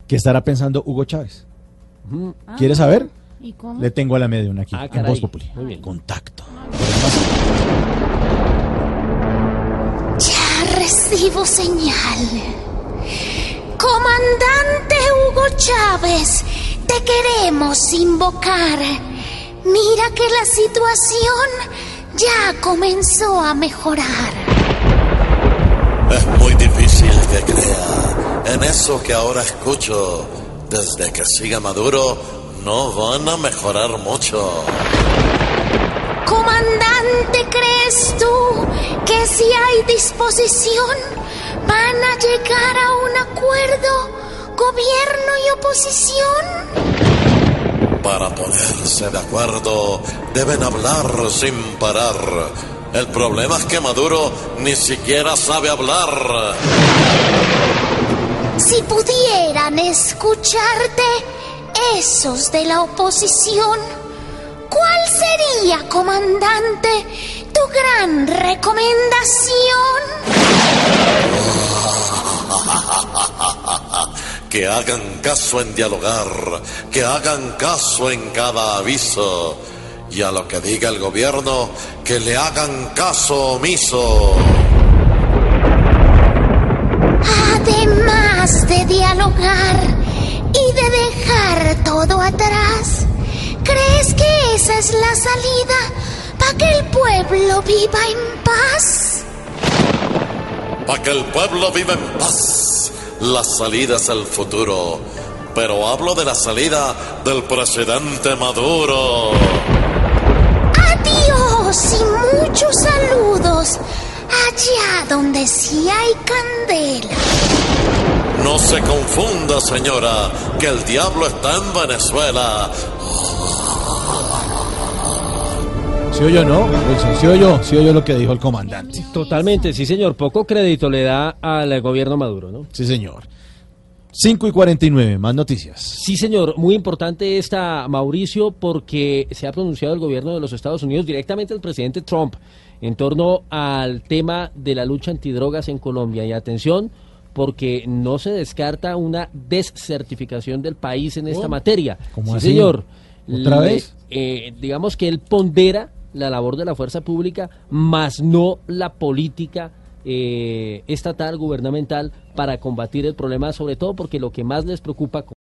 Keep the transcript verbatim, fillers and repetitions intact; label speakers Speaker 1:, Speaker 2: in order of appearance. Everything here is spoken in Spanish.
Speaker 1: ¿Qué estará pensando Hugo Chávez?
Speaker 2: Mm.
Speaker 1: ¿Quiere saber?
Speaker 3: ¿Y cómo?
Speaker 1: Le tengo a la medium aquí,
Speaker 2: Ah,
Speaker 1: en
Speaker 2: caray.
Speaker 1: Voz Populi.
Speaker 2: Muy bien.
Speaker 1: Contacto.
Speaker 4: Ya recibo señal. Comandante Hugo Chávez, te queremos invocar. Mira que la situación ya comenzó a mejorar.
Speaker 5: Es muy difícil que crea en eso que ahora escucho. Desde que siga Maduro, no van a mejorar mucho.
Speaker 4: Comandante, ¿crees tú que si hay disposición van a llegar a un acuerdo gobierno y oposición?
Speaker 5: Para ponerse de acuerdo, deben hablar sin parar. El problema es que Maduro ni siquiera sabe hablar.
Speaker 4: Si pudieran escucharte esos de la oposición, ¿cuál sería, comandante, tu gran recomendación?
Speaker 5: Que hagan caso en dialogar, que hagan caso en cada aviso, y a lo que diga el gobierno, que le hagan caso omiso.
Speaker 4: Además de dialogar y de dejar todo atrás, ¿crees que esa es la salida para que el pueblo viva en paz?
Speaker 5: Para que el pueblo viva en paz, la salida es el futuro. Pero hablo de la salida del presidente Maduro.
Speaker 4: Adiós y muchos saludos allá donde sí hay candela.
Speaker 5: No se confunda, señora, que el diablo está en Venezuela.
Speaker 1: ¿Sí o yo no? Wilson, ¿sí o yo? ¿Sí o yo lo que dijo el comandante?
Speaker 2: Totalmente, sí señor, poco crédito le da al gobierno Maduro, ¿no?
Speaker 1: Sí, señor. cinco y cuarenta y nueve, más noticias.
Speaker 2: Sí señor, muy importante esta, Mauricio, porque se ha pronunciado el gobierno de los Estados Unidos, directamente el presidente Trump, en torno al tema de la lucha antidrogas en Colombia. Y atención, porque no se descarta una descertificación del país en esta
Speaker 1: ¿Oh?
Speaker 2: materia.
Speaker 1: ¿Cómo
Speaker 2: sí,
Speaker 1: así?
Speaker 2: señor.
Speaker 1: ¿Otra
Speaker 2: Le-
Speaker 1: vez?
Speaker 2: eh, digamos que él pondera la labor de la fuerza pública, más no la política eh, estatal, gubernamental, para combatir el problema, sobre todo porque lo que más les preocupa